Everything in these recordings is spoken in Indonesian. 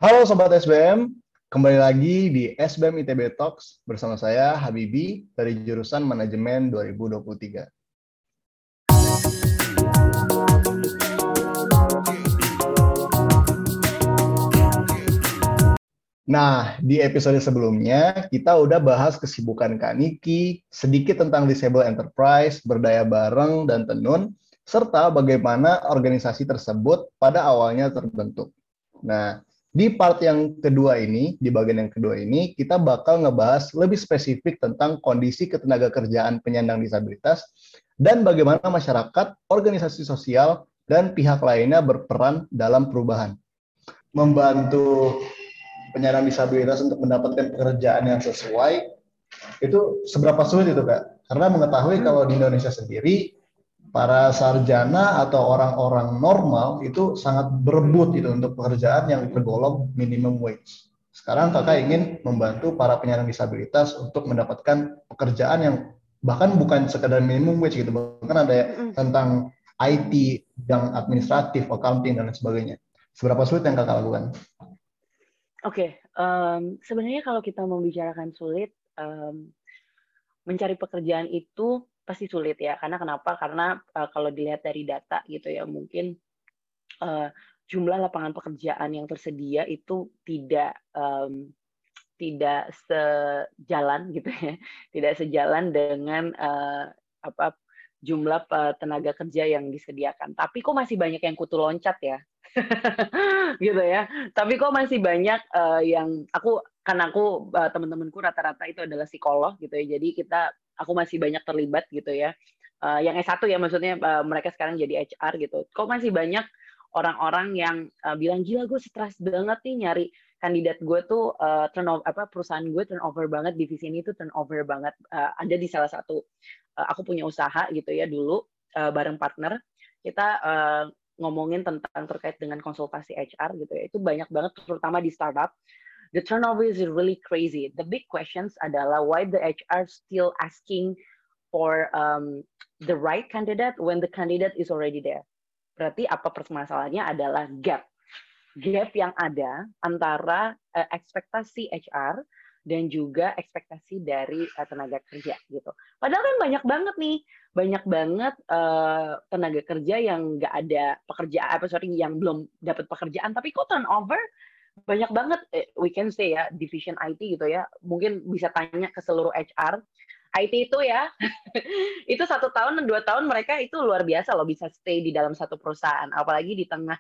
Halo Sobat SBM, kembali lagi di SBM ITB Talks bersama saya Habibi dari jurusan Manajemen 2023. Nah, di episode sebelumnya kita udah bahas kesibukan Kak Niki, sedikit tentang Disable Enterprise, Berdaya Bareng, dan Tenun, serta bagaimana organisasi tersebut pada awalnya terbentuk. Nah, di part yang kedua ini, di bagian yang kedua ini, kita bakal ngebahas lebih spesifik tentang kondisi ketenaga kerjaan penyandang disabilitas dan bagaimana masyarakat, organisasi sosial, dan pihak lainnya berperan dalam perubahan. Membantu penyandang disabilitas untuk mendapatkan pekerjaan yang sesuai, itu seberapa sulit itu Kak? Karena mengetahui kalau di Indonesia sendiri, para sarjana atau orang-orang normal itu sangat berebut itu untuk pekerjaan yang tergolong minimum wage. Sekarang kakak ingin membantu para penyandang disabilitas untuk mendapatkan pekerjaan yang bahkan bukan sekedar minimum wage gitu, bahkan ada tentang IT, yang administratif, accounting dan lain sebagainya. Seberapa sulit yang kakak lakukan? Oke, sebenarnya kalau kita membicarakan sulit, mencari pekerjaan itu pasti sulit ya. Karena kenapa? Karena kalau dilihat dari data gitu ya, mungkin jumlah lapangan pekerjaan yang tersedia itu tidak sejalan gitu ya, tidak sejalan dengan jumlah tenaga kerja yang disediakan. Tapi kok masih banyak yang kutu loncat ya, gitu ya. Tapi kok masih banyak yang karena aku teman-temanku rata-rata itu adalah psikolog gitu ya. Jadi aku masih banyak terlibat gitu ya. Yang S1 ya maksudnya mereka sekarang jadi HR gitu. Kok masih banyak orang-orang yang bilang gila gue stres banget nih nyari kandidat gue tuh perusahaan gue turnover banget, divisi ini tuh turnover banget. Ada di salah satu aku punya usaha gitu ya dulu bareng partner kita ngomongin tentang terkait dengan konsultasi HR gitu ya. Itu banyak banget terutama di startup. The turnover is really crazy. The big questions adalah why the HR still asking for the right candidate when the candidate is already there. Berarti apa permasalahannya adalah gap yang ada antara ekspektasi HR dan juga ekspektasi dari tenaga kerja gitu. Padahal kan banyak banget tenaga kerja yang nggak ada pekerjaan, yang belum dapat pekerjaan, tapi kok turnover banyak banget. We can say ya division IT gitu ya. Mungkin bisa tanya ke seluruh HR. IT itu ya, itu 1 tahun dan 2 tahun mereka itu luar biasa loh bisa stay di dalam satu perusahaan. Apalagi di tengah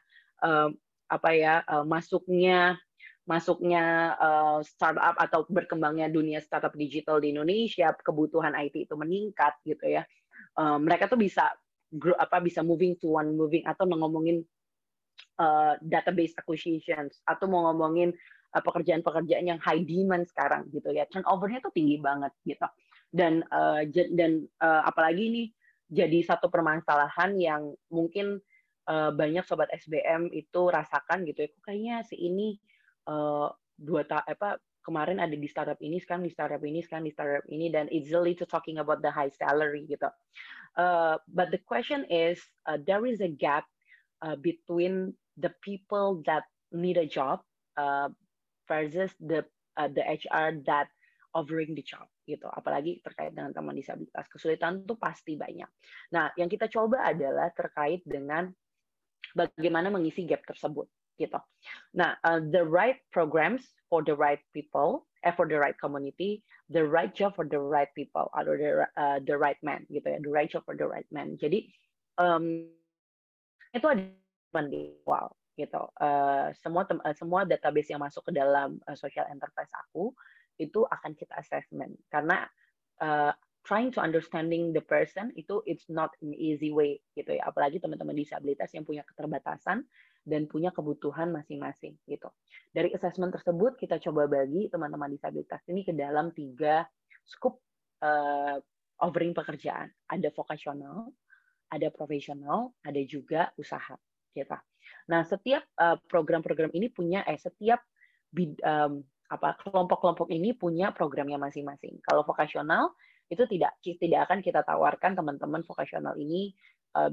masuknya startup atau berkembangnya dunia startup digital di Indonesia, kebutuhan IT itu meningkat gitu ya. Mereka tuh bisa moving atau ngomongin database acquisitions atau mau ngomongin pekerjaan-pekerjaan yang high demand sekarang gitu ya. Turnover-nya tuh tinggi banget gitu. Dan apalagi ini jadi satu permasalahan yang mungkin banyak sobat SBM itu rasakan gitu ya. Kayaknya si ini kemarin ada di startup ini, sekarang di startup ini, dan easily to talking about the high salary gitu. But the question is, there is a gap between the people that need a job versus the HR that offering the job gitu. Apalagi terkait dengan teman disabilitas, kesulitan itu pasti banyak. Nah, yang kita coba adalah terkait dengan bagaimana mengisi gap tersebut gitu. Nah, the right programs for the right people, for the right community, the right job for the right people, atau the right man gitu ya, the right job for the right man. Jadi itu ada manual gitu. Semua database yang masuk ke dalam social enterprise aku itu akan kita assessment karena trying to understanding the person itu it's not an easy way gitu ya. Apalagi teman-teman disabilitas yang punya keterbatasan dan punya kebutuhan masing-masing gitu. Dari assessment tersebut kita coba bagi teman-teman disabilitas ini ke dalam 3 scope offering pekerjaan. Ada vocational, ada profesional, ada juga usaha gitu. Nah, setiap program-program ini setiap kelompok-kelompok ini punya programnya masing-masing. Kalau vocational itu tidak akan kita tawarkan teman-teman vocational ini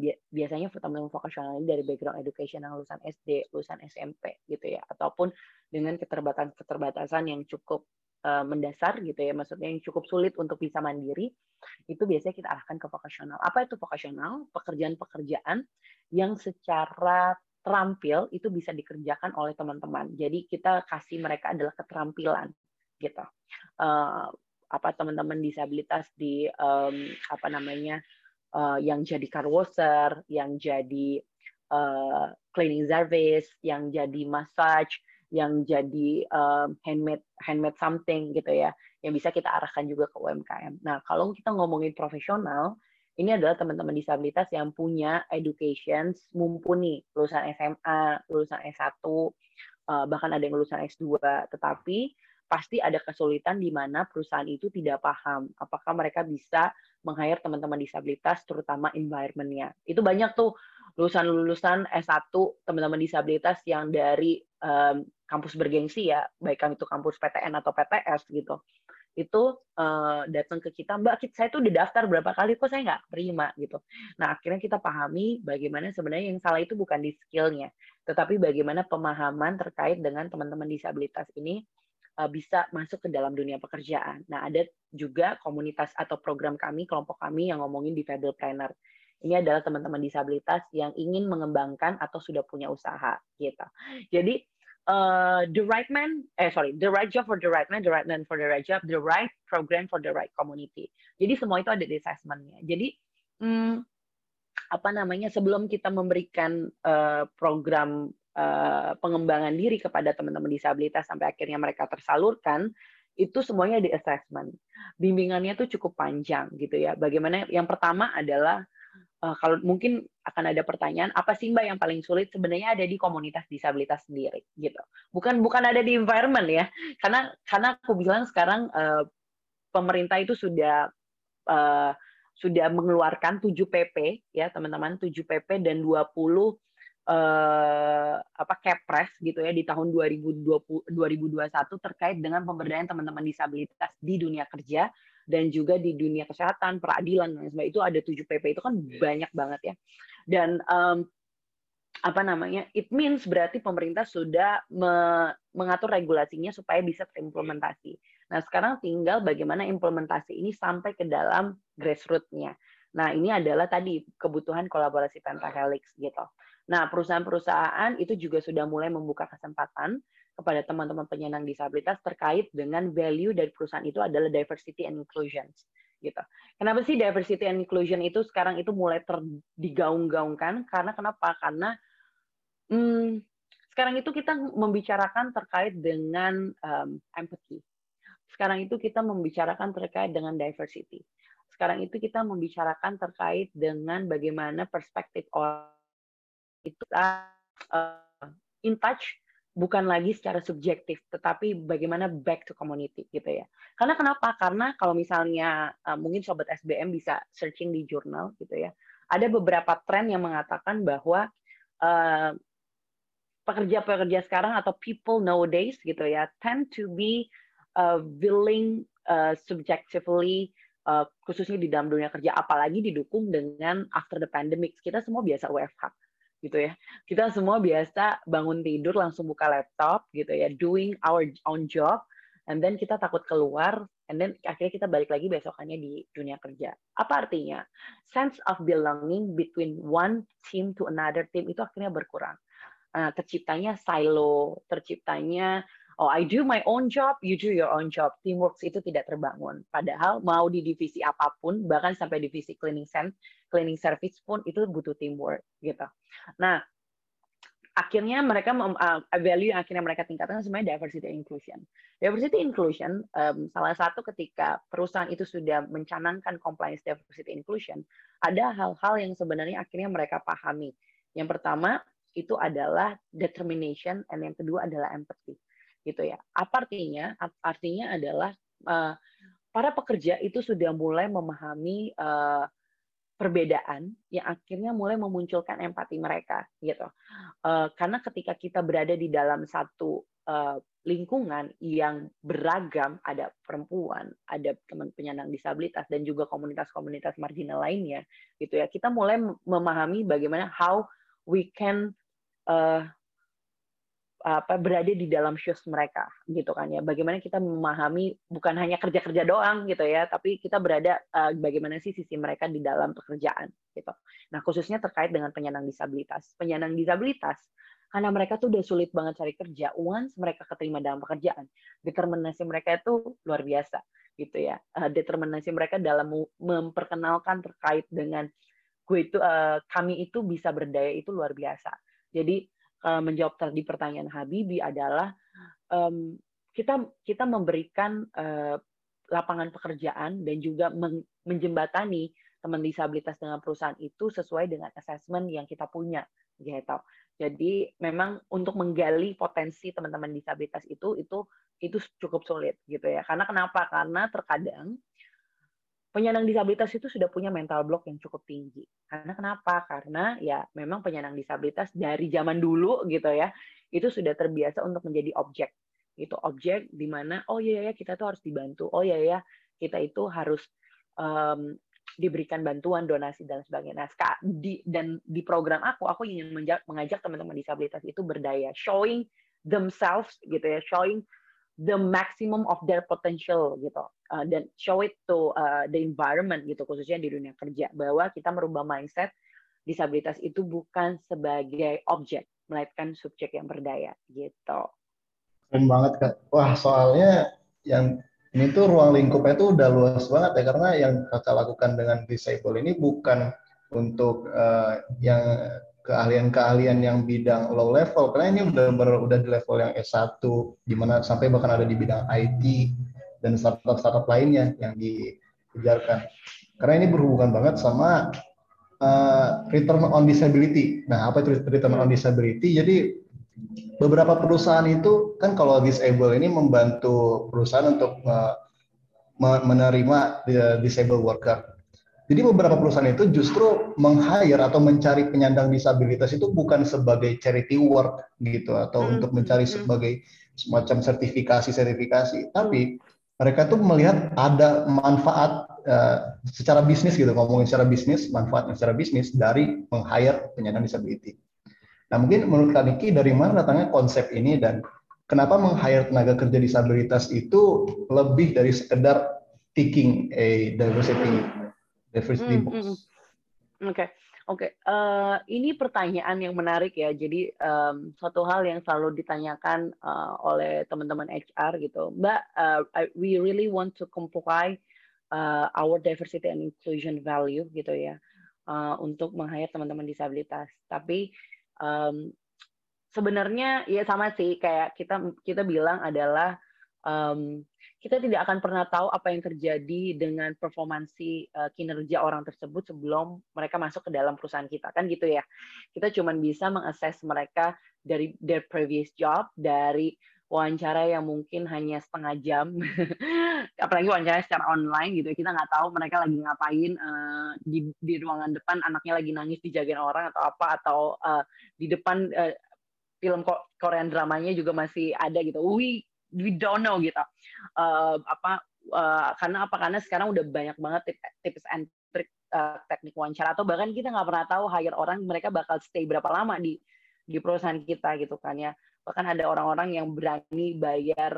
biasanya teman-teman vocational ini dari background education yang lulusan SD, lulusan SMP gitu ya, ataupun dengan keterbatasan yang cukup mendasar gitu ya, maksudnya yang cukup sulit untuk bisa mandiri, itu biasanya kita arahkan ke vokasional. Apa itu vokasional? Pekerjaan-pekerjaan yang secara terampil itu bisa dikerjakan oleh teman-teman. Jadi kita kasih mereka adalah keterampilan gitu. Apa teman-teman disabilitas di apa namanya yang jadi car washer, yang jadi cleaning service, yang jadi massage, yang jadi handmade something gitu ya, yang bisa kita arahkan juga ke UMKM. Nah, kalau kita ngomongin profesional, ini adalah teman-teman disabilitas yang punya education mumpuni, lulusan SMA, lulusan S1, bahkan ada yang lulusan S2, tetapi pasti ada kesulitan di mana perusahaan itu tidak paham apakah mereka bisa meng-hire teman-teman disabilitas, terutama environment-nya. Itu banyak tuh lulusan-lulusan S1 teman-teman disabilitas yang dari kampus bergengsi ya, baik itu kampus PTN atau PTS gitu. Itu datang ke kita, Mbak, saya tuh udah daftar berapa kali, kok saya nggak terima gitu. Nah, akhirnya kita pahami bagaimana sebenarnya yang salah itu bukan di skill-nya, tetapi bagaimana pemahaman terkait dengan teman-teman disabilitas ini bisa masuk ke dalam dunia pekerjaan. Nah, ada juga komunitas atau program kami, kelompok kami yang ngomongin Difabel Planner. Ini adalah teman-teman disabilitas yang ingin mengembangkan atau sudah punya usaha gitu. Jadi the right job for the right man for the right job, the right program for the right community. Jadi semua itu ada di assessment-nya. Jadi apa namanya, sebelum kita memberikan program pengembangan diri kepada teman-teman disabilitas sampai akhirnya mereka tersalurkan, itu semuanya di assessment. Bimbingannya tuh cukup panjang gitu ya. Bagaimana yang pertama adalah kalau mungkin akan ada pertanyaan, apa sih Mbak yang paling sulit? Sebenarnya ada di komunitas disabilitas sendiri gitu. Bukan ada di environment ya. Karena aku bilang sekarang pemerintah itu sudah mengeluarkan 7 PP ya teman-teman, 7 PP dan 20 Kepres gitu ya di tahun 2021 terkait dengan pemberdayaan teman-teman disabilitas di dunia kerja dan juga di dunia kesehatan, peradilan dan sebagainya. Itu ada 7 PP, itu kan banyak banget ya. Dan it means berarti pemerintah sudah mengatur regulasinya supaya bisa terimplementasi. Nah, sekarang tinggal bagaimana implementasi ini sampai ke dalam grassroots-nya. Nah, ini adalah tadi kebutuhan kolaborasi pentahelix gitu. Nah, perusahaan-perusahaan itu juga sudah mulai membuka kesempatan kepada teman-teman penyandang disabilitas terkait dengan value dari perusahaan itu adalah diversity and inclusion gitu. Kenapa sih diversity and inclusion itu sekarang itu mulai digaung-gaungkan? Karena kenapa? Karena sekarang itu kita membicarakan terkait dengan empathy. Sekarang itu kita membicarakan terkait dengan diversity. Sekarang itu kita membicarakan terkait dengan bagaimana perspektif orang itu in touch bukan lagi secara subjektif, tetapi bagaimana back to community gitu ya. Karena kenapa? Karena kalau misalnya mungkin sobat SBM bisa searching di jurnal gitu ya, ada beberapa tren yang mengatakan bahwa pekerja-pekerja sekarang atau people nowadays gitu ya tend to be willing subjectively khususnya di dalam dunia kerja, apalagi didukung dengan after the pandemic kita semua biasa WFH gitu ya, kita semua biasa bangun tidur langsung buka laptop gitu ya, doing our own job, and then kita takut keluar, and then akhirnya kita balik lagi besokannya di dunia kerja. Apa artinya? Sense of belonging between one team to another team itu akhirnya berkurang. Terciptanya silo, terciptanya I do my own job, you do your own job. Teamwork itu tidak terbangun. Padahal mau di divisi apapun, bahkan sampai divisi cleaning service pun itu butuh teamwork gitu. Nah, akhirnya mereka value yang akhirnya mereka tingkatkan sebenarnya diversity and inclusion. Diversity inclusion salah satu ketika perusahaan itu sudah mencanangkan compliance diversity inclusion, ada hal-hal yang sebenarnya akhirnya mereka pahami. Yang pertama itu adalah determination, dan yang kedua adalah empathy, gitu ya. Apa artinya? Artinya adalah para pekerja itu sudah mulai memahami perbedaan yang akhirnya mulai memunculkan empati mereka, gitu. Karena ketika kita berada di dalam satu lingkungan yang beragam, ada perempuan, ada teman penyandang disabilitas, dan juga komunitas-komunitas marginal lainnya, gitu ya. Kita mulai memahami bagaimana how we can berada di dalam shoes mereka gitu kan ya. Bagaimana kita memahami bukan hanya kerja-kerja doang gitu ya, tapi kita berada bagaimana sih sisi mereka di dalam pekerjaan gitu. Nah, khususnya terkait dengan penyandang disabilitas. Penyandang disabilitas karena mereka tuh udah sulit banget cari kerja, once mereka keterima dalam pekerjaan, determinasi mereka itu luar biasa gitu ya. Determinasi mereka dalam memperkenalkan terkait dengan kami itu bisa berdaya itu luar biasa. Jadi menjawab tadi pertanyaan Habibie adalah kita memberikan lapangan pekerjaan dan juga menjembatani teman disabilitas dengan perusahaan itu sesuai dengan assessment yang kita punya gitu. Jadi memang untuk menggali potensi teman-teman disabilitas itu cukup sulit gitu ya. Karena kenapa? Karena terkadang penyandang disabilitas itu sudah punya mental block yang cukup tinggi. Karena kenapa? Karena ya memang penyandang disabilitas dari zaman dulu gitu ya, itu sudah terbiasa untuk menjadi objek. Itu objek di mana oh iya ya kita tuh harus dibantu. Oh iya ya kita itu harus diberikan bantuan, donasi dan sebagainya. Nah, di program aku ingin mengajak teman-teman disabilitas itu berdaya, showing themselves gitu ya, showing the maximum of their potential gitu, dan show it to the environment gitu, khususnya di dunia kerja, bahwa kita merubah mindset disabilitas itu bukan sebagai objek melainkan subjek yang berdaya gitu. Keren banget Kak. Wah, soalnya yang ini tuh ruang lingkupnya tuh udah luas banget ya, karena yang Kakak lakukan dengan disable ini bukan untuk yang keahlian-keahlian yang bidang low level, karena ini udah di level yang S1, di mana sampai bahkan ada di bidang IT dan startup-startup lainnya yang dikejarkan. Karena ini berhubungan banget sama return on disability. Nah, apa itu return on disability? Jadi beberapa perusahaan itu kan kalau disable ini membantu perusahaan untuk menerima disabled worker. Jadi beberapa perusahaan itu justru meng-hire atau mencari penyandang disabilitas itu bukan sebagai charity work gitu atau untuk mencari sebagai semacam sertifikasi, tapi mereka tuh melihat ada manfaat secara bisnis gitu, ngomongin secara bisnis, manfaat secara bisnis dari meng-hire penyandang disability. Nah, mungkin menurut Kak Niki, dari mana datangnya konsep ini dan kenapa meng-hire tenaga kerja disabilitas itu lebih dari sekedar ticking a diversity box? Oke. Ini pertanyaan yang menarik ya. Jadi suatu hal yang selalu ditanyakan oleh teman-teman HR gitu, Mbak, we really want to comply our diversity and inclusion value gitu ya, untuk meng-hire teman-teman disabilitas. Tapi sebenarnya ya sama sih kayak kita bilang adalah kita tidak akan pernah tahu apa yang terjadi dengan performansi kinerja orang tersebut sebelum mereka masuk ke dalam perusahaan kita, kan gitu ya. Kita cuma bisa mengakses mereka dari their previous job, dari wawancara yang mungkin hanya setengah jam, apalagi wawancara secara online gitu. Kita nggak tahu mereka lagi ngapain di ruangan depan, anaknya lagi nangis dijagain orang atau apa, atau di depan film Korean dramanya juga masih ada gitu. We don't know gitu. Karena sekarang udah banyak banget tips and trick teknik wawancara, atau bahkan kita nggak pernah tahu hire orang mereka bakal stay berapa lama di perusahaan kita gitu kan ya. Bahkan ada orang-orang yang berani bayar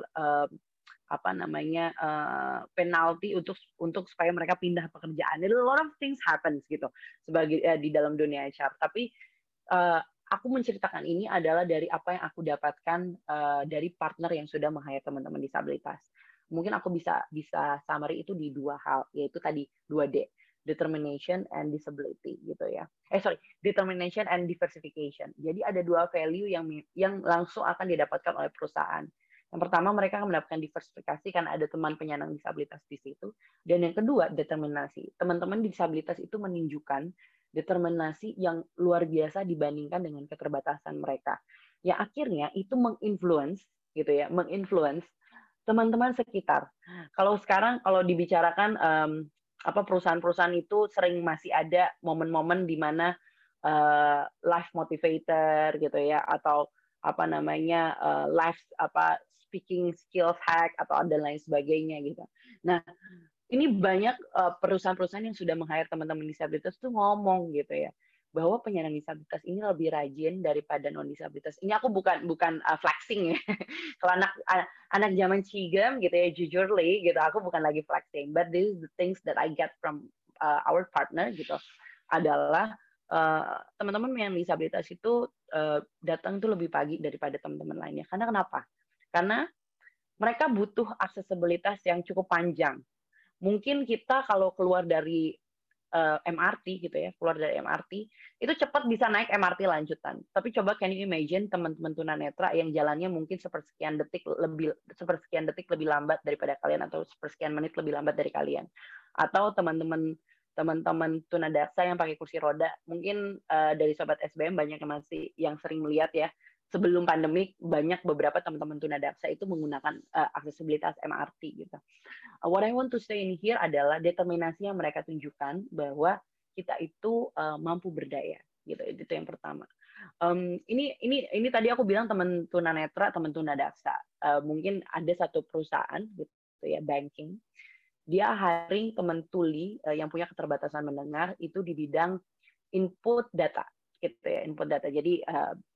penalti untuk supaya mereka pindah pekerjaan. Jadi a lot of things happens gitu sebagai di dalam dunia HR. Tapi aku menceritakan ini adalah dari apa yang aku dapatkan dari partner yang sudah meng-hire teman-teman disabilitas. Mungkin aku bisa summary itu di dua hal, yaitu tadi 2D, determination and disability gitu ya. Determination and diversification. Jadi ada dua value yang langsung akan didapatkan oleh perusahaan. Yang pertama, mereka akan mendapatkan diversifikasi karena ada teman penyandang disabilitas di situ. Dan yang kedua, determinasi. Teman-teman disabilitas itu menunjukkan determinasi yang luar biasa dibandingkan dengan keterbatasan mereka. Yang akhirnya itu menginfluence teman-teman sekitar. Kalau sekarang dibicarakan perusahaan-perusahaan itu sering masih ada momen-momen di mana life motivator gitu ya, atau life speaking skills hack atau dan lain sebagainya gitu. Nah, ini banyak perusahaan-perusahaan yang sudah meng-hire teman-teman disabilitas tuh ngomong gitu ya, bahwa penyandang disabilitas ini lebih rajin daripada non disabilitas. Ini aku bukan flexing ya. Kalau anak zaman Cigem gitu ya, jujurly gitu, aku bukan lagi flexing, but this is the things that I get from our partner gitu, adalah teman-teman yang disabilitas itu datang tuh lebih pagi daripada teman-teman lainnya. Karena kenapa? Karena mereka butuh aksesibilitas yang cukup panjang. Mungkin kita kalau keluar dari MRT gitu ya, keluar dari MRT, itu cepat bisa naik MRT lanjutan. Tapi coba can you imagine teman-teman tunanetra yang jalannya mungkin sepersekian detik lebih lambat daripada kalian, atau sepersekian menit lebih lambat dari kalian. Atau teman-teman tunadaksa yang pakai kursi roda, mungkin dari sobat SBM banyak yang sering melihat ya, sebelum pandemik banyak beberapa teman-teman tunadaksa itu menggunakan aksesibilitas MRT gitu. What I want to say in here adalah determinasi yang mereka tunjukkan bahwa kita itu mampu berdaya, gitu. Itu yang pertama. Ini tadi aku bilang teman tunanetra, teman tunadaksa. Mungkin ada satu perusahaan gitu ya, banking. Dia hiring teman tuli yang punya keterbatasan mendengar itu di bidang input data, gitu ya, input data. Jadi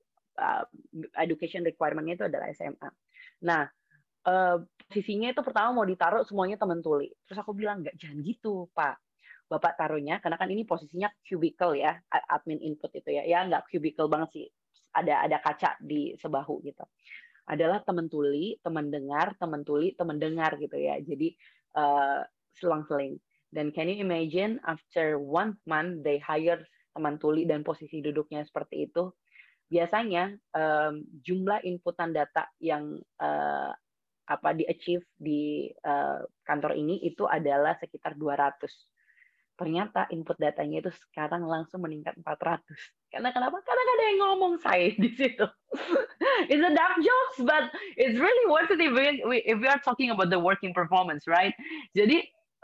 education requirement-nya itu adalah SMA. Nah, posisinya itu pertama mau ditaruh semuanya teman tuli. Terus aku bilang, nggak, jangan gitu, Pak. Bapak taruhnya, karena kan ini posisinya cubicle ya, admin input itu ya. Ya, nggak cubicle banget sih. Ada kaca di sebahu gitu. Adalah teman tuli, teman dengar, teman tuli, teman dengar gitu ya. Jadi, selang-seling. Dan can you imagine, after 1 month, they hire teman tuli dan posisi duduknya seperti itu. Biasanya, jumlah inputan data yang di-achieve di kantor ini itu adalah sekitar 200. Ternyata input datanya itu sekarang langsung meningkat 400. Karena kenapa? Karena nggak ada yang ngomong saya di situ. It's a dark jokes, but it's really worth it if we are talking about the working performance, right? Jadi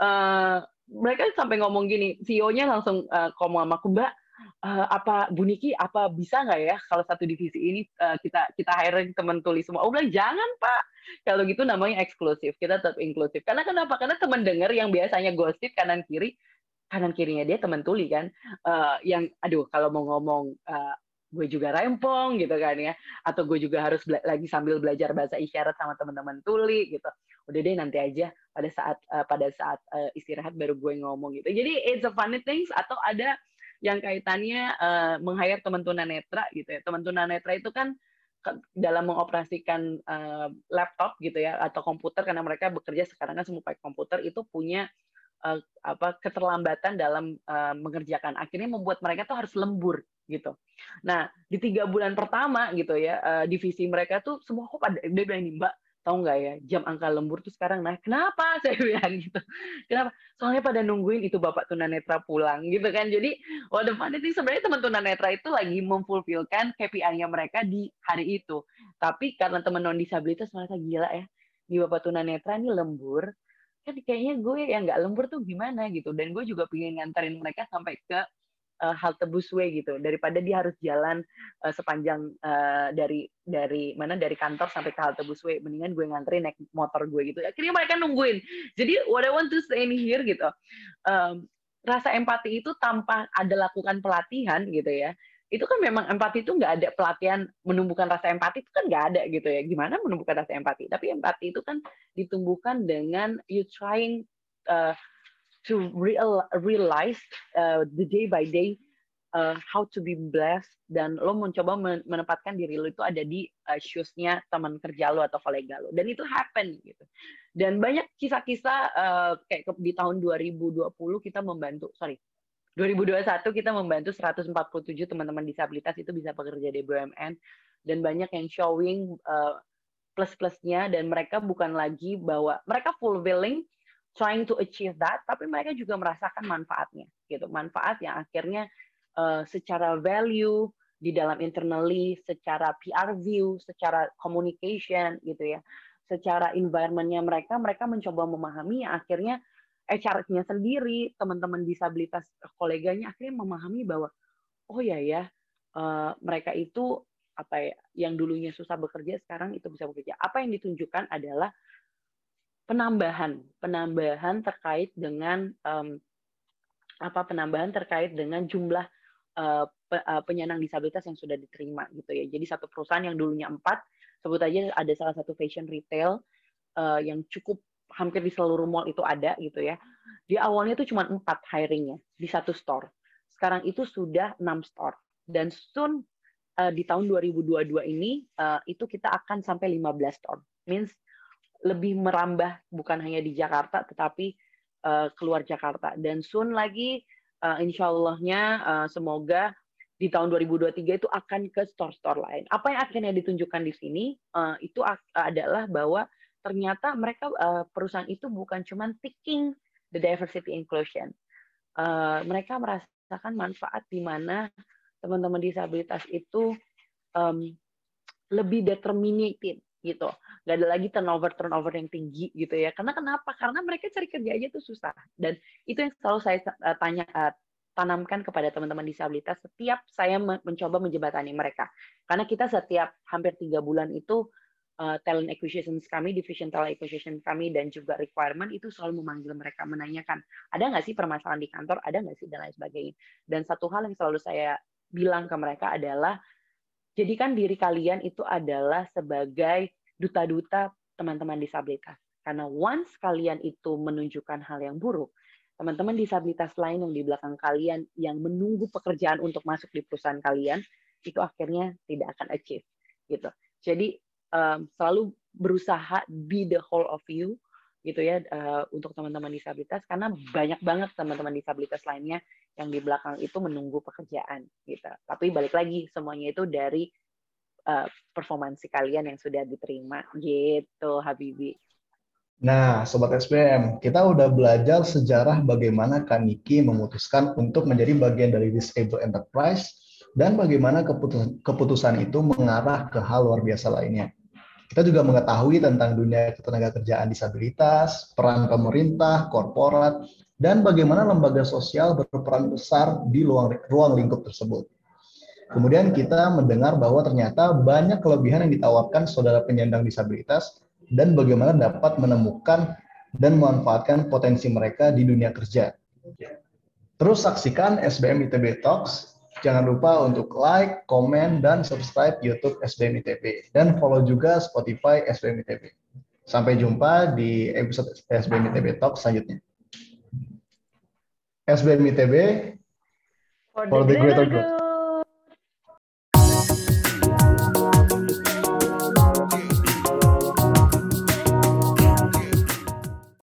mereka sampai ngomong gini, CEO-nya langsung ngomong sama aku, Mbak, apa Bu Niki, apa bisa nggak ya kalau satu divisi ini kita hiring teman tuli semua? Aku bilang jangan Pak, kalau gitu namanya eksklusif, kita tetap inklusif. Karena kenapa? Karena teman dengar yang biasanya gosip kanan kirinya dia teman tuli kan, yang aduh kalau mau ngomong gue juga rempong gitu kan ya, atau gue juga harus lagi sambil belajar bahasa isyarat sama teman-teman tuli gitu. Udah deh nanti aja pada saat istirahat baru gue ngomong gitu. Jadi it's a funny things. Atau ada yang kaitannya meng-hire teman tunanetra gitu ya. Teman tunanetra itu kan dalam mengoperasikan laptop gitu ya, atau komputer, karena mereka bekerja sekarang kan semua pakai komputer, itu punya keterlambatan dalam mengerjakan, akhirnya membuat mereka tuh harus lembur gitu. Nah, di 3 bulan pertama gitu ya, divisi mereka tuh semua kok pada, dia bilang ini, Mbak, tahu nggak ya, jam angka lembur tuh sekarang naik. Kenapa? Saya bilang gitu. Kenapa? Soalnya pada nungguin itu Bapak tunanetra pulang gitu kan. Jadi, what the fun itu sebenarnya teman tunanetra itu lagi memfulfillkan KPI-nya mereka di hari itu. Tapi karena teman non disabilitas mereka gila ya, di Bapak tunanetra ini lembur, kan kayaknya gue yang nggak lembur tuh gimana gitu. Dan gue juga pengen nganterin mereka sampai ke halte busway gitu, daripada dia harus jalan sepanjang dari kantor sampai ke halte busway, mendingan gue nganterin naik motor gue gitu. Akhirnya mereka nungguin. Jadi what I want to say in here gitu, rasa empati itu tanpa ada lakukan pelatihan gitu ya, itu kan memang empati itu nggak ada pelatihan menumbuhkan rasa empati, itu kan nggak ada gitu ya. Gimana menumbuhkan rasa empati? Tapi empati itu kan ditumbuhkan dengan you trying to realize the day by day how to be blessed, dan lo mencoba menempatkan diri lo itu ada di shoes-nya teman kerja lo atau kolega lo, dan itu happen gitu. Dan banyak kisah-kisah kayak di tahun 2021 kita membantu 147 teman-teman disabilitas itu bisa bekerja di BUMN, dan banyak yang showing plus-plusnya, dan mereka bukan lagi bahwa mereka fulfilling trying to achieve that, tapi mereka juga merasakan manfaatnya gitu, manfaat yang akhirnya secara value di dalam internally, secara PR view, secara communication gitu ya, secara environment-nya mereka mencoba memahami, akhirnya HR-nya sendiri, teman-teman disabilitas koleganya akhirnya memahami bahwa oh ya, mereka itu apa ya, yang dulunya susah bekerja sekarang itu bisa bekerja. Apa yang ditunjukkan adalah penambahan terkait dengan penambahan terkait dengan jumlah penyandang disabilitas yang sudah diterima gitu ya. Jadi satu perusahaan yang dulunya 4, sebut aja ada salah satu fashion retail yang cukup hampir di seluruh mall itu ada gitu ya. Di awalnya itu cuma 4 hiringnya di satu store. Sekarang itu sudah 6 store. Dan soon di tahun 2022 ini itu kita akan sampai 15 store. Means lebih merambah bukan hanya di Jakarta tetapi keluar Jakarta. Dan soon lagi insya Allahnya semoga di tahun 2023 itu akan ke store-store lain. Apa yang akhirnya ditunjukkan di sini itu adalah bahwa ternyata mereka perusahaan itu bukan cuma ticking the diversity inclusion. Mereka merasakan manfaat di mana teman-teman disabilitas itu lebih determinated gitu. Nggak ada lagi turnover yang tinggi gitu ya. Karena kenapa? Karena mereka cari kerja aja tuh susah. Dan itu yang selalu saya tanamkan kepada teman-teman disabilitas setiap saya mencoba menjembatani mereka. Karena kita setiap hampir 3 bulan itu talent acquisition kami, division talent acquisition kami, dan juga requirement itu selalu memanggil mereka, menanyakan, ada nggak sih permasalahan di kantor, ada nggak sih, dan lain sebagainya. Dan satu hal yang selalu saya bilang ke mereka adalah, jadikan diri kalian itu adalah sebagai duta-duta teman-teman disabilitas. Karena once kalian itu menunjukkan hal yang buruk, teman-teman disabilitas lain yang di belakang kalian yang menunggu pekerjaan untuk masuk di perusahaan kalian, itu akhirnya tidak akan achieve. Gitu. Jadi selalu berusaha be the whole of you gitu ya untuk teman-teman disabilitas, karena banyak banget teman-teman disabilitas lainnya yang di belakang itu menunggu pekerjaan gitu. Tapi balik lagi semuanya itu dari performansi kalian yang sudah diterima gitu, Habibi. Nah, Sobat SBM, kita udah belajar sejarah bagaimana Kaniki memutuskan untuk menjadi bagian dari Disable Enterprise dan bagaimana keputusan itu mengarah ke hal luar biasa lainnya. Kita juga mengetahui tentang dunia ketenagakerjaan disabilitas, peran pemerintah, korporat, dan bagaimana lembaga sosial berperan besar di ruang lingkup tersebut. Kemudian kita mendengar bahwa ternyata banyak kelebihan yang ditawarkan saudara penyandang disabilitas dan bagaimana dapat menemukan dan memanfaatkan potensi mereka di dunia kerja. Terus saksikan SBM ITB Talks. Jangan lupa untuk like, komen, dan subscribe YouTube SBM ITB. Dan follow juga Spotify SBM ITB. Sampai jumpa di episode SBM ITB Talks selanjutnya. SBM ITB for the greater good.